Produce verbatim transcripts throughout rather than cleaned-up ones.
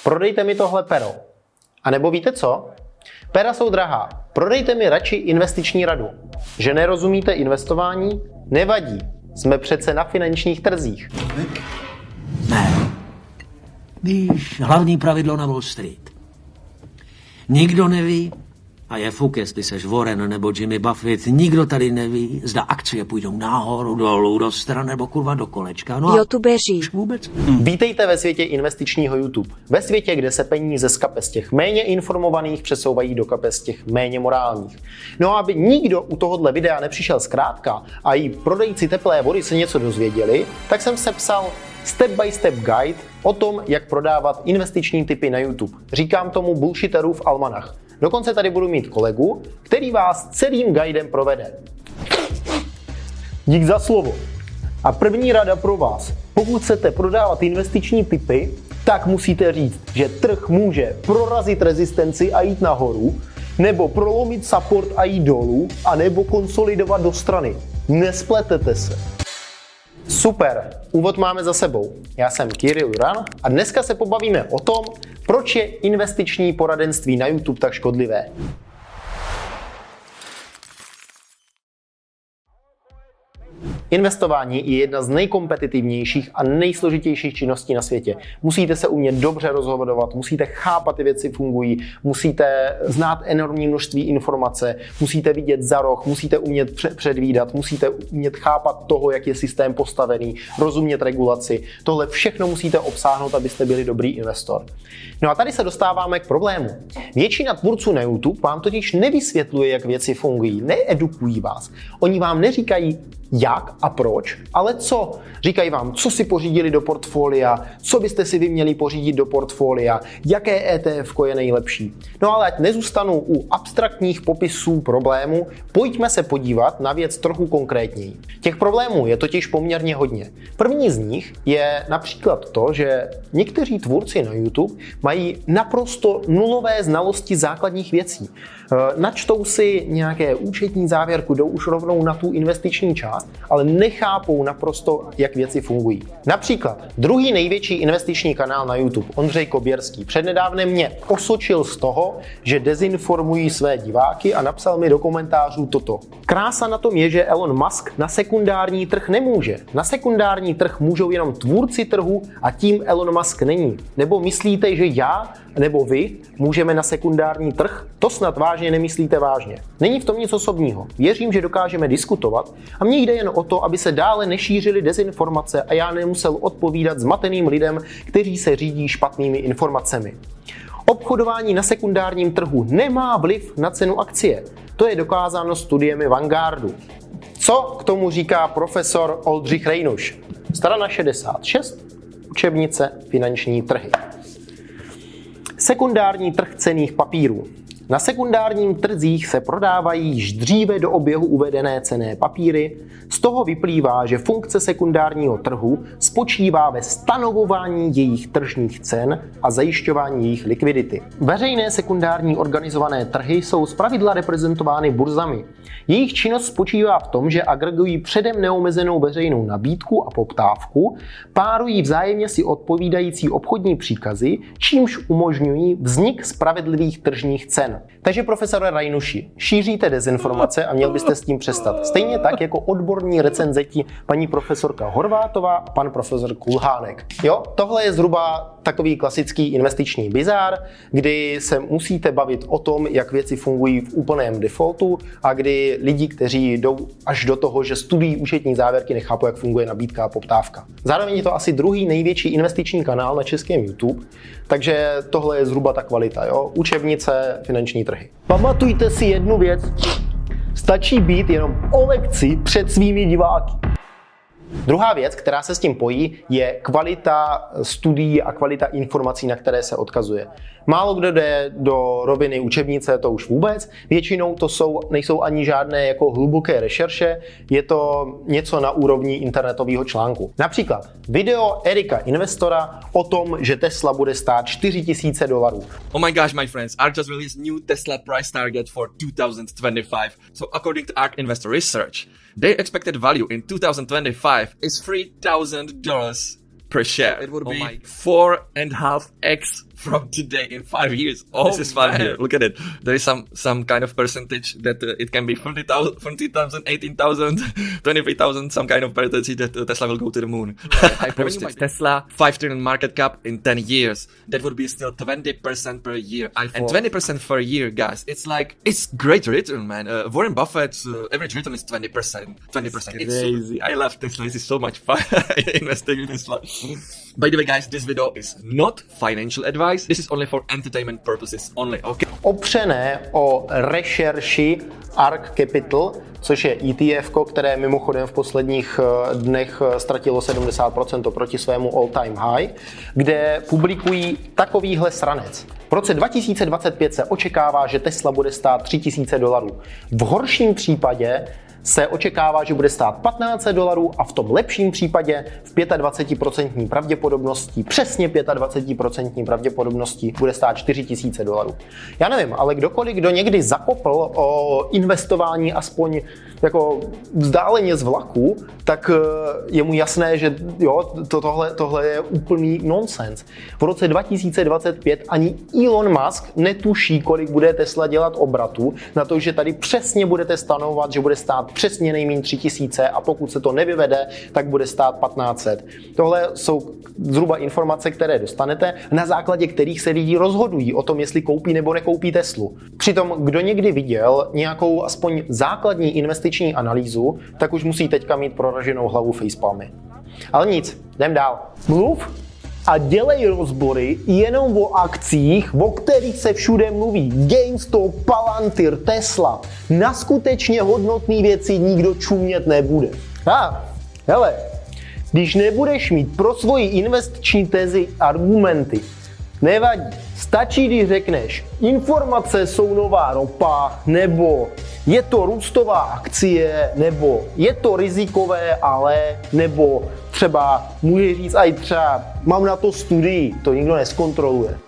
prodejte mi tohle pero. A nebo víte co? Pera jsou drahá. Prodejte mi radši investiční radu. Že nerozumíte investování? Nevadí. Jsme přece na finančních trzích. Ne. Víš, hlavní pravidlo na Wall Street. Nikdo neví, a je fuk, jestli seš Warren nebo Jimmy Buffett, nikdo tady neví, zda akcie půjdou nahoru, dolů, do stran nebo kurva do kolečka. No YouTubeři. Vůbec? Hmm. Vítejte ve světě investičního YouTube. Ve světě, kde se peníze z kapes těch méně informovaných přesouvají do kapes těch méně morálních. No a aby nikdo u tohohle videa nepřišel zkrátka a i prodejci teplé vody se něco dozvěděli, tak jsem sepsal step by step guide o tom, jak prodávat investiční tipy na YouTube. Říkám tomu bullshitterův almanach. Dokonce tady budu mít kolegu, který vás celým guidem provede. Dík za slovo. A první rada pro vás. Pokud chcete prodávat investiční tipy, tak musíte říct, že trh může prorazit rezistenci a jít nahoru, nebo prolomit support a jít dolů, a nebo konsolidovat do strany. Nespletete se. Super, úvod máme za sebou. Já jsem Kirill Juran a dneska se pobavíme o tom, proč je investiční poradenství na YouTube tak škodlivé. Investování je jedna z nejkompetitivnějších a nejsložitějších činností na světě. Musíte se umět dobře rozhodovat, musíte chápat, ty věci fungují, musíte znát enormní množství informace, musíte vidět za roh, musíte umět předvídat, musíte umět chápat toho, jak je systém postavený, rozumět regulaci. Tohle všechno musíte obsáhnout, abyste byli dobrý investor. No a tady se dostáváme k problému. Většina tvůrců na YouTube vám totiž nevysvětluje, jak věci fungují, needukují vás. Oni vám neříkají, jak a proč, ale co. Říkají vám, co si pořídili do portfolia, co byste si vy měli pořídit do portfolia, jaké E T F je nejlepší. No ale ať nezůstanu u abstraktních popisů problému, pojďme se podívat na věc trochu konkrétněji. Těch problémů je totiž poměrně hodně. První z nich je například to, že někteří tvůrci na YouTube mají naprosto nulové znalosti základních věcí. Načtou si nějaké účetní závěrku, jdou už rovnou na tu investiční část, ale nechápou naprosto, jak věci fungují. Například druhý největší investiční kanál na YouTube, Ondřej Koběrský, přednedávnem mě osočil z toho, že dezinformují své diváky a napsal mi do komentářů toto. Krása na tom je, že Elon Musk na sekundární trh nemůže. Na sekundární trh můžou jenom tvůrci trhu a tím Elon Musk není. Nebo myslíte, že já nebo vy můžeme na sekundární trh? To snad vážně nemyslíte vážně. Není v tom nic osobního. Věřím, že dokážeme diskutovat a mně jde jen o to, aby se dále nešířily dezinformace a já nemusel odpovídat zmateným lidem, kteří se řídí špatnými informacemi. Obchodování na sekundárním trhu nemá vliv na cenu akcie. To je dokázáno studiemi Vanguardu. Co k tomu říká profesor Oldřich Rejnuš? Strana šedesát šest, učebnice Finanční trhy. Sekundární trh cenných papírů. Na sekundárním trzích se prodávají již dříve do oběhu uvedené cenné papíry. Z toho vyplývá, že funkce sekundárního trhu spočívá ve stanovování jejich tržních cen a zajišťování jejich likvidity. Veřejné sekundární organizované trhy jsou zpravidla reprezentovány burzami. Jejich činnost spočívá v tom, že agregují předem neomezenou veřejnou nabídku a poptávku, párují vzájemně si odpovídající obchodní příkazy, čímž umožňují vznik spravedlivých tržních cen. Takže profesore Rajnuši, šíříte dezinformace a měl byste s tím přestat. Stejně tak jako odborní recenzenti paní profesorka Horvátová a pan profesor Kulhánek. Jo, tohle je zhruba takový klasický investiční bizár, kdy se musíte bavit o tom, jak věci fungují v úplném defaultu a kdy lidi, kteří jdou až do toho, že studují účetní závěrky, nechápou, jak funguje nabídka a poptávka. Zároveň je to asi druhý největší investiční kanál na českém YouTube, takže tohle je zhruba ta kvalita, jo? Učebnice Finanční trhy. Pamatujte si jednu věc, stačí být jenom o lekci před svými diváky. Druhá věc, která se s tím pojí, je kvalita studií a kvalita informací, na které se odkazuje. Málo kdo jde do roviny učebnice, to už vůbec. Většinou to jsou, nejsou ani žádné jako hluboké rešerše, je to něco na úrovni internetového článku. Například video Erika Investora o tom, že Tesla bude stát čtyři tisíce dolarů. Oh my gosh, my friends, ARK just released new Tesla price target for two thousand twenty-five. So according to ARK Investor Research, their expected value in two thousand twenty-five is three thousand dollars per share. It would oh be my. four and a half x from today in five years. Oh, this is fun here. Look at it. There is some some kind of percentage that uh, it can be forty thousand, eighteen thousand, twenty-three thousand, some kind of percentage that uh, Tesla will go to the moon. I posted Tesla five trillion market cap in ten years. That would be still twenty percent per year. I and twenty percent per year, guys. It's like, it's great return, man. Uh, Warren Buffett's uh, average return is twenty percent. twenty percent. It's crazy. I love Tesla. This is so much fun investing in Tesla. By the way, guys, this video is not financial advice. This is only for entertainment purposes only, okay? Opřené o rešerši Ark Capital, což je E T F, které mimochodem v posledních dnech ztratilo sedmdesát procent oproti svému all-time high, kde publikují takovýhle sranec. V roce dva tisíce dvacet pět se očekává, že Tesla bude stát tři tisíce dolarů. V horším případě se očekává, že bude stát patnáct set dolarů a v tom lepším případě v dvacet pět procent pravděpodobností, přesně dvacet pět procent pravděpodobností bude stát čtyři tisíce dolarů. Já nevím, ale kdokoliv, kdo někdy zakopl o investování aspoň jako vzdáleně z vlaku, tak je mu jasné, že jo, to, tohle, tohle je úplný nonsens. V roce dva tisíce dvacet pět ani Elon Musk netuší, kolik bude Tesla dělat obratu, na to, že tady přesně budete stanovat, že bude stát přesně nejméně tři tisíce a pokud se to nevyvede, tak bude stát patnáct set. Tohle jsou zhruba informace, které dostanete, na základě kterých se lidi rozhodují o tom, jestli koupí nebo nekoupí Teslu. Přitom, kdo někdy viděl nějakou aspoň základní investiční analýzu, tak už musí teďka mít proraženou hlavu facepalmy. Ale nic, jdem dál. Mluv a dělej rozbory jenom o akcích, o kterých se všude mluví. GameStop, Palantir, Tesla. Na skutečně hodnotné věci nikdo čumět nebude. A, hele, když nebudeš mít pro svoji investiční tezi argumenty, nevadí. Stačí, když řekneš, informace jsou nová ropa, nebo je to růstová akcie, nebo je to rizikové, ale, nebo třeba může říct aj třeba, mám na to studii, to nikdo neskontroluje.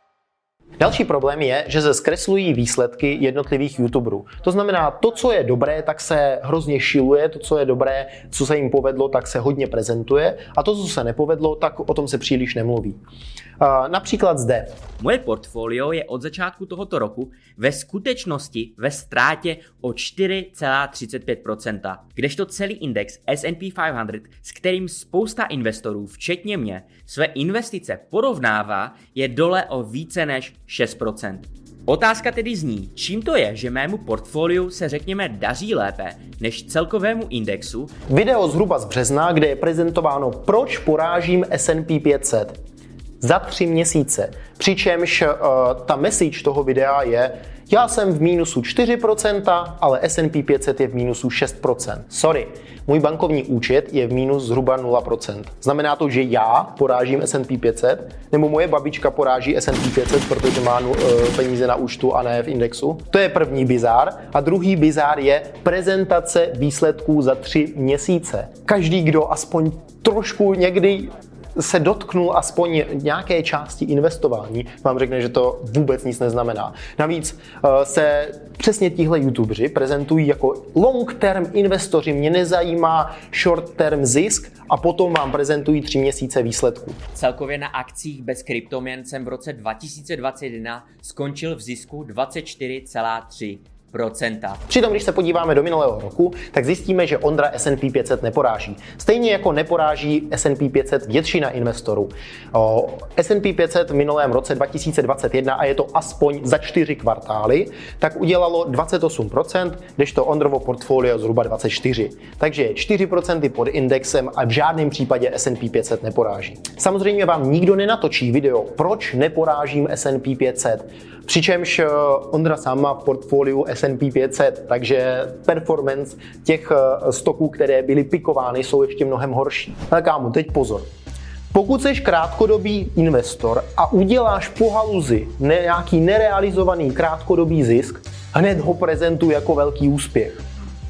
Další problém je, že se zkreslují výsledky jednotlivých youtuberů. To znamená, to, co je dobré, tak se hrozně šiluje, to, co je dobré, co se jim povedlo, tak se hodně prezentuje a to, co se nepovedlo, tak o tom se příliš nemluví. Uh, například zde. Moje portfolio je od začátku tohoto roku ve skutečnosti ve ztrátě o čtyři celá třicet pět procenta, kdežto celý index S and P pět set, s kterým spousta investorů, včetně mě, své investice porovnává, je dole o více než šest procent. Otázka tedy zní, čím to je, že mému portfoliu se řekněme daří lépe než celkovému indexu. Video zhruba z března, kde je prezentováno, proč porážím S and P pět set za tři měsíce. Přičemž uh, ta message toho videa je, já jsem v mínusu čtyři procenta, ale S and P pět set je v mínusu šest procent. Sorry, můj bankovní účet je v mínus zhruba nula procent. Znamená to, že já porážím S and P pět set, nebo moje babička poráží S and P pět set, protože má uh, peníze na účtu a ne v indexu. To je první bizár. A druhý bizár je prezentace výsledků za tři měsíce. Každý, kdo aspoň trošku někdy se dotknul aspoň nějaké části investování, vám řekne, že to vůbec nic neznamená. Navíc uh, se přesně tihle youtubeři prezentují jako long-term investoři, mě nezajímá short-term zisk a potom vám prezentují tři měsíce výsledků. Celkově na akcích bez kryptoměn jsem v roce dva tisíce dvacet jedna skončil v zisku dvacet čtyři celá tři procenta. Přitom, když se podíváme do minulého roku, tak zjistíme, že Ondra S and P pět set neporáží. Stejně jako neporáží S and P pět set většina investorů. O, S and P pět set v minulém roce dva tisíce dvacet jedna, a je to aspoň za čtyři kvartály, tak udělalo dvacet osm procent, kdežto Ondrovo portfolio zhruba dvacet čtyři. Takže je čtyři procenta pod indexem a v žádném případě S and P pět set neporáží. Samozřejmě vám nikdo nenatočí video, proč neporážím S and P pět set. Přičemž Ondra sám má v portfoliu S and P pět set, takže performance těch stoků, které byly pikovány, jsou ještě mnohem horší. Ale kámo, teď pozor. Pokud jsi krátkodobý investor a uděláš po haluzi nějaký nerealizovaný krátkodobý zisk, hned ho prezentuj jako velký úspěch.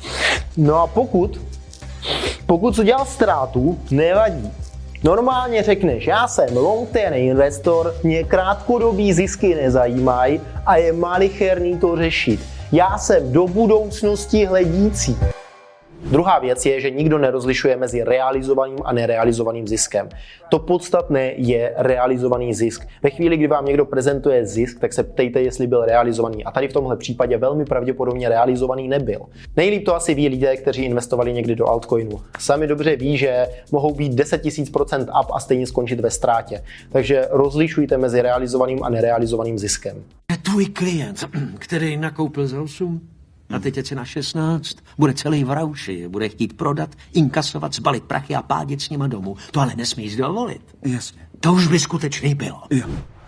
No a pokud, pokud jsi udělal ztrátu, nevadí. Normálně řekneš, já jsem long-term investor, mě krátkodobý zisky nezajímají a je malicherný to řešit. Já jsem do budoucnosti hledící. Druhá věc je, že nikdo nerozlišuje mezi realizovaným a nerealizovaným ziskem. To podstatné je realizovaný zisk. Ve chvíli, kdy vám někdo prezentuje zisk, tak se ptejte, jestli byl realizovaný. A tady v tomhle případě velmi pravděpodobně realizovaný nebyl. Nejlíp to asi ví lidé, kteří investovali někdy do altcoinu. Sami dobře ví, že mohou být deset tisíc procent up a stejně skončit ve ztrátě. Takže rozlišujte mezi realizovaným a nerealizovaným ziskem. Tvůj klient, který nakoupil za osm, a teď je cena šestnáct, bude celý v rauši, bude chtít prodat, inkasovat, zbalit prachy a pádět s nima domů. To ale nesmíš dovolit. Jasně. To už by skutečný bylo. Jo.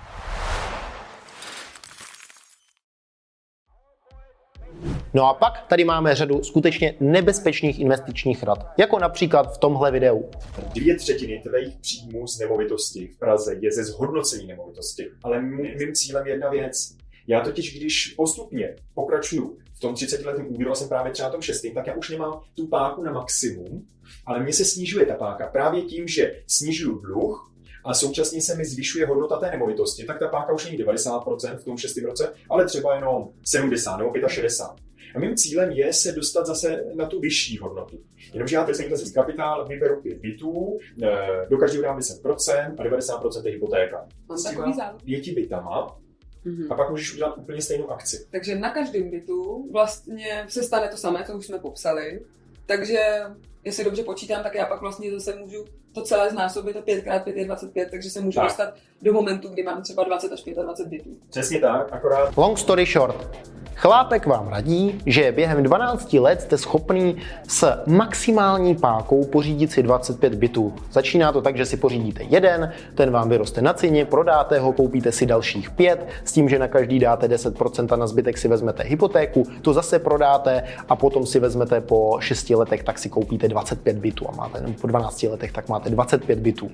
No a pak tady máme řadu skutečně nebezpečných investičních rad, jako například v tomhle videu. Dvě třetiny tvých příjmů z nemovitosti v Praze je ze zhodnocení nemovitosti. Ale mým cílem je jedna věc. Já totiž, když postupně pokračuju v tom třicetiletém úvěru a jsem právě třeba na tom šestým, tak já už nemám tu páku na maximum, ale mně se snižuje ta páka právě tím, že snižuju dluh a současně se mi zvyšuje hodnota té nemovitosti, tak ta páka už není devadesát procent v tom šestém roce, ale třeba jenom sedmdesát nebo šedesát pět. A mým cílem je se dostat zase na tu vyšší hodnotu. Jenomže já teď jsem ten kapitál, vyberu pět bytů, do každého dám deset procent a devadesát procent je hypotéka. Mám takový závod. Pěti bytama. Mm-hmm. A pak můžeš udělat úplně stejnou akci. Takže na každém bytu vlastně se stane to samé, co už jsme popsali. Takže jestli dobře počítám, tak já pak vlastně zase můžu to celé znásobit a pět krát pět je dvacet pět, takže se můžu tak dostat do momentu, kdy mám třeba dvacet až dvacet pět bytů. Přesně tak, akorát... Long story short. Chlápek vám radí, že během dvanácti let jste schopný s maximální pákou pořídit si dvacet pět bytů. Začíná to tak, že si pořídíte jeden, ten vám vyroste na ceně, prodáte ho, koupíte si dalších pět, s tím, že na každý dáte deset procent a na zbytek si vezmete hypotéku, to zase prodáte a potom si vezmete po šesti letech, tak si koupíte dvacet pět bytů a máte, nebo po dvanácti letech, tak máte dvacet pět bytů.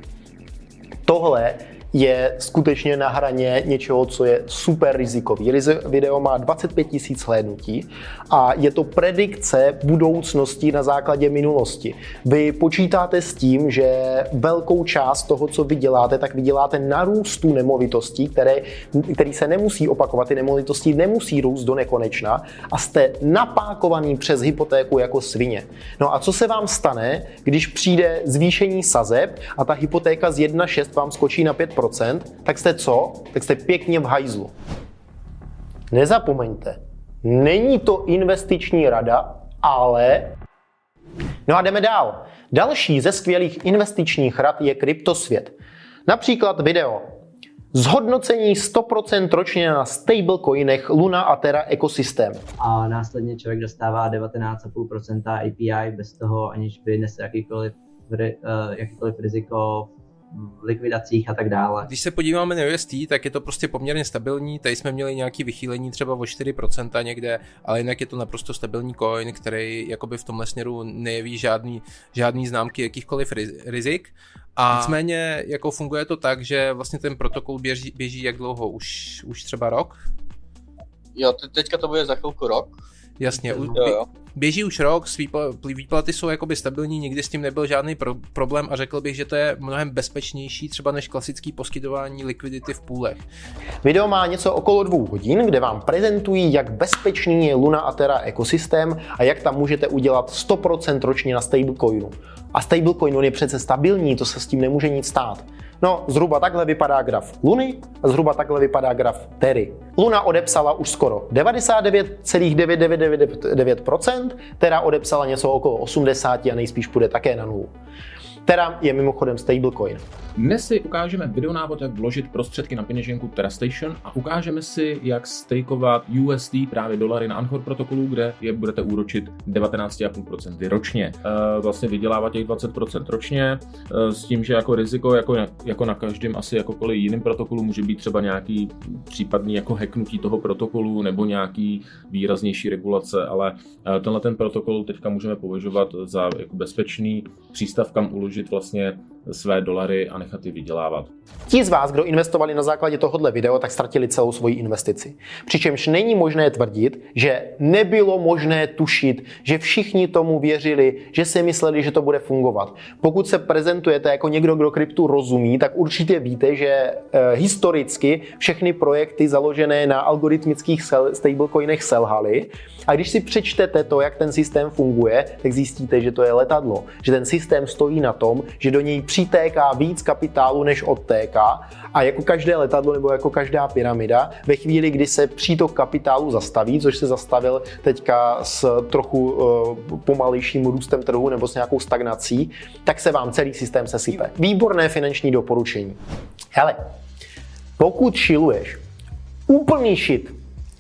Tohle je skutečně na hraně něčeho, co je super rizikový. Video má dvacet pět tisíc hlédnutí a je to predikce budoucnosti na základě minulosti. Vy počítáte s tím, že velkou část toho, co vy děláte, tak vy děláte na růstu nemovitostí, které, který se nemusí opakovat. Ty nemovitosti nemusí růst do nekonečna a jste napákovaný přes hypotéku jako svině. No a co se vám stane, když přijde zvýšení sazeb a ta hypotéka z jedna celá šest vám skočí na pět procent, tak jste co? Tak jste pěkně v hajzlu. Nezapomeňte, není to investiční rada, ale... No a jdeme dál. Další ze skvělých investičních rad je kryptosvět. Například video. Zhodnocení sto procent ročně na stablecoinech Luna a Terra ekosystém. A následně člověk dostává devatenáct celá pět procenta A P I bez toho, aniž by nesl jakýkoliv, jakýkoliv riziko v likvidacích a tak dále. Když se podíváme na U S T, tak je to prostě poměrně stabilní. Tady jsme měli nějaké vychýlení třeba o čtyři procenta někde, ale jinak je to naprosto stabilní coin, který jakoby v tomhle směru nejeví žádný, žádný známky jakýchkoliv rizik. A nicméně jako funguje to tak, že vlastně ten protokol běží, běží jak dlouho? Už, už třeba rok? Jo, teďka to bude za chvilku rok. Jasně, jo, jo. Běží už rok, výplaty jsou jakoby stabilní, nikdy s tím nebyl žádný pro- problém a řekl bych, že to je mnohem bezpečnější třeba než klasický poskytování likvidity v půlech. Video má něco okolo dvou hodin, kde vám prezentují, jak bezpečný je Luna a Terra ekosystém a jak tam můžete udělat sto procent ročně na stablecoinu. A stablecoin je přece stabilní, to se s tím nemůže nic stát. No, zhruba takhle vypadá graf Luny a zhruba takhle vypadá graf Terry. Luna odepsala už skoro devadesát devět celá devět devět devět devět procent, Terra odepsala něco okolo osmdesát a nejspíš půjde také na nulu. Terra je mimochodem stablecoin. Dnes si ukážeme videonávod, jak vložit prostředky na peněženku TerraStation a ukážeme si, jak stakeovat U S D, právě dolary na Anchor protokolu, kde je budete úročit devatenáct celá pět procenta ročně. E, vlastně vydělávat těch dvacet procent ročně, e, s tím, že jako riziko, jako, jako na každém asi jakokoliv jiném protokolu, může být třeba nějaký případný jako hacknutí toho protokolu nebo nějaký výraznější regulace, ale e, tenhle ten protokol teďka můžeme považovat za jako bezpečný přístav, kam uložit vlastně své dolary a nechat je vydělávat. Ti z vás, kdo investovali na základě tohohle videa, tak ztratili celou svoji investici. Přičemž není možné tvrdit, že nebylo možné tušit, že všichni tomu věřili, že si mysleli, že to bude fungovat. Pokud se prezentujete jako někdo, kdo kryptu rozumí, tak určitě víte, že e, historicky všechny projekty založené na algoritmických sel, stablecoinech selhaly. A když si přečtete to, jak ten systém funguje, tak zjistíte, že to je letadlo. Že ten systém stojí na tom, že do něj přitéká víc kapitálu, než odtéká. A jako každé letadlo nebo jako každá pyramida, ve chvíli, kdy se přítok kapitálu zastaví, což se zastavil teďka s trochu uh, pomalejším růstem trhu nebo s nějakou stagnací, tak se vám celý systém sesype. Výborné finanční doporučení. Hele, pokud šiluješ úplný shit,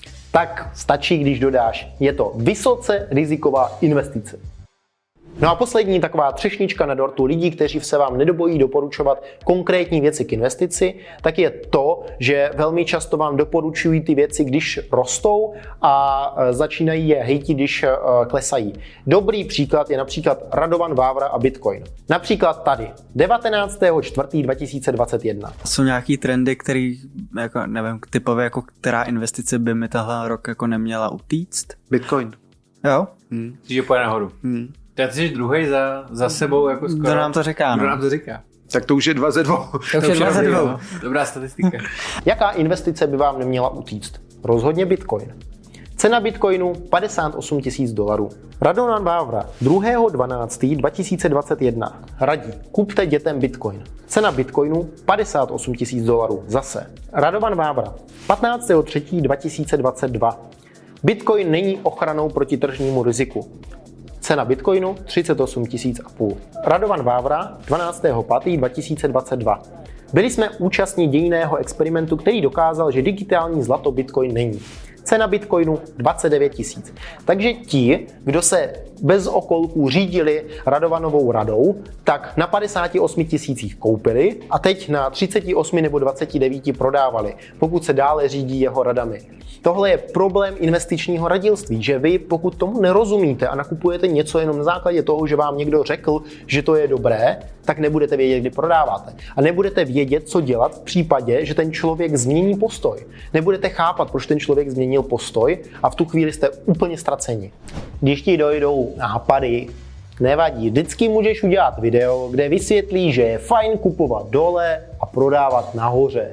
tak stačí, když dodáš, je to vysoce riziková investice. No a poslední taková třešnička na dortu lidí, kteří se vám nedobojí doporučovat konkrétní věci k investici, tak je to, že velmi často vám doporučují ty věci, když rostou a začínají je hejtit, když klesají. Dobrý příklad je například Radovan Vávra a Bitcoin. Například tady, devatenáctého čtvrtého dva tisíce dvacet jedna. Jsou nějaký trendy, který, jako, nevím, typově, jako která investice by mi tahle rok jako neměla utíct? Bitcoin. Jo? Hmm. Že pojde nahoru. Hmm. Ty jsi druhej za, za sebou jako skoro. Kdo nám to říká, no? Kdo nám to říká? Tak to už je dva ze dvou. To už je dva ze dvou. Dobrá statistika. Jaká investice by vám neměla utíct? Rozhodně Bitcoin. Cena Bitcoinu padesát osm tisíc dolarů. Radovan Vávra druhého dvanáctého dva tisíce dvacet jedna radí, kupte dětem Bitcoin. Cena Bitcoinu padesát osm tisíc dolarů. Zase. Radovan Vávra patnáctého třetího dva tisíce dvacet dva. Bitcoin není ochranou proti tržnímu riziku. Cena Bitcoinu třicet osm tisíc a půl. Radovan Vávra dvanáctého pátého dva tisíce dvacet dva. Byli jsme účastní dějinného experimentu, který dokázal, že digitální zlato Bitcoin není. Cena Bitcoinu dvacet devět tisíc. Takže ti, kdo se bez okolků řídili Radovanovou radou, tak na padesáti osmi tisících koupili a teď na třiceti osmi nebo dvaceti devíti prodávali, pokud se dále řídí jeho radami. Tohle je problém investičního radilství, že vy, pokud tomu nerozumíte a nakupujete něco jenom na základě toho, že vám někdo řekl, že to je dobré, tak nebudete vědět, kdy prodáváte. A nebudete vědět, co dělat v případě, že ten člověk změní postoj. Nebudete chápat, proč ten člověk změnil postoj a v tu chvíli jste úplně ztraceni. Když ti dojdou nápady, nevadí, vždycky můžeš udělat video, kde vysvětlí, že je fajn kupovat dole a prodávat nahoře.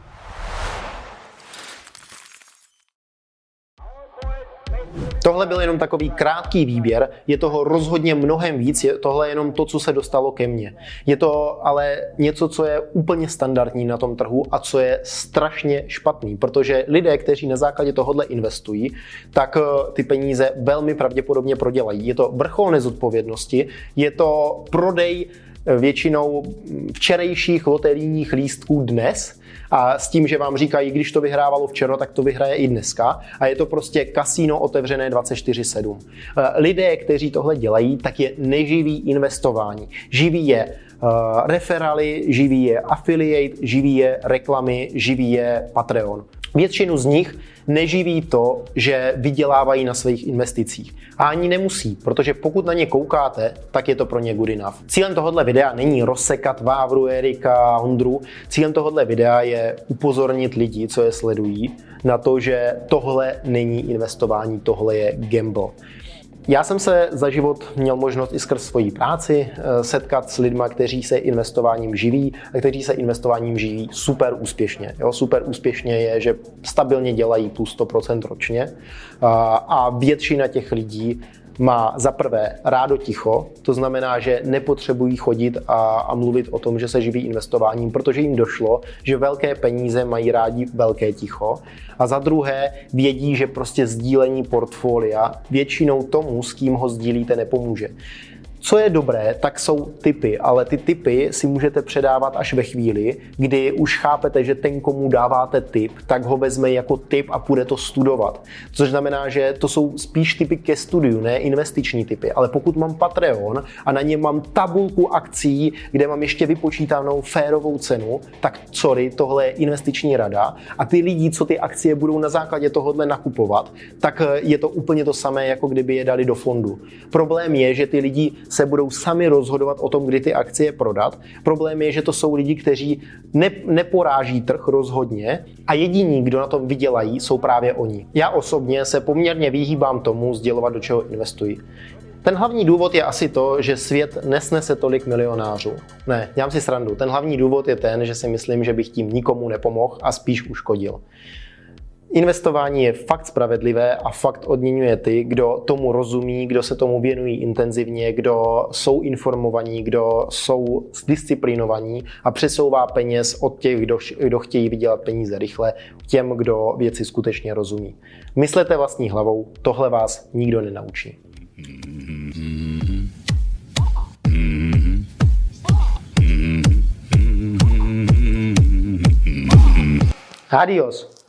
Tohle byl jenom takový krátký výběr, je toho rozhodně mnohem víc, je tohle jenom to, co se dostalo ke mně. Je to ale něco, co je úplně standardní na tom trhu a co je strašně špatný, protože lidé, kteří na základě tohohle investují, tak ty peníze velmi pravděpodobně prodělají. Je to vrchol nezodpovědnosti, je to prodej většinou včerejších loterijních lístků dnes, a s tím, že vám říkají, když to vyhrávalo včera, tak to vyhraje i dneska. A je to prostě kasíno otevřené dvacet čtyři sedm. Lidé, kteří tohle dělají, tak je neživý investování. Živí je uh, referály, živí je affiliate, živí je reklamy, živí je Patreon. Většinu z nich neživí to, že vydělávají na svých investicích. A ani nemusí, protože pokud na ně koukáte, tak je to pro ně good enough. Cílem tohohle videa není rozsekat Vávru, Erika, Ondru. Cílem tohohle videa je upozornit lidi, co je sledují, na to, že tohle není investování, tohle je gamble. Já jsem se za život měl možnost i skrz svoji práci setkat s lidma, kteří se investováním živí a kteří se investováním živí super úspěšně. Jo, super úspěšně je, že stabilně dělají plus sto procent ročně a většina těch lidí má za prvé rádo ticho, to znamená, že nepotřebují chodit a, a mluvit o tom, že se živí investováním, protože jim došlo, že velké peníze mají rádi velké ticho. A za druhé vědí, že prostě sdílení portfolia většinou tomu, s kým ho sdílíte, nepomůže. Co je dobré, tak jsou tipy, ale ty tipy si můžete předávat až ve chvíli, kdy už chápete, že ten, komu dáváte tip, tak ho vezme jako tip a půjde to studovat. Což znamená, že to jsou spíš tipy ke studiu, ne investiční tipy. Ale pokud mám Patreon a na něm mám tabulku akcí, kde mám ještě vypočítanou férovou cenu, tak sorry, tohle je investiční rada a ty lidi, co ty akcie budou na základě tohohle nakupovat, tak je to úplně to samé, jako kdyby je dali do fondu. Problém je, že ty lidi se budou sami rozhodovat o tom, kdy ty akcie prodat. Problém je, že to jsou lidi, kteří ne, neporáží trh rozhodně a jediní, kdo na tom vydělají, jsou právě oni. Já osobně se poměrně vyhýbám tomu sdělovat, do čeho investuji. Ten hlavní důvod je asi to, že svět nesnese tolik milionářů. Ne, dělám si srandu. Ten hlavní důvod je ten, že si myslím, že bych tím nikomu nepomohl a spíš uškodil. Investování je fakt spravedlivé a fakt odměňuje ty, kdo tomu rozumí, kdo se tomu věnují intenzivně, kdo jsou informovaní, kdo jsou disciplinovaní a přesouvá peněz od těch, kdo, kdo chtějí vydělat peníze rychle, těm, kdo věci skutečně rozumí. Myslete vlastní hlavou, tohle vás nikdo nenaučí. Adios.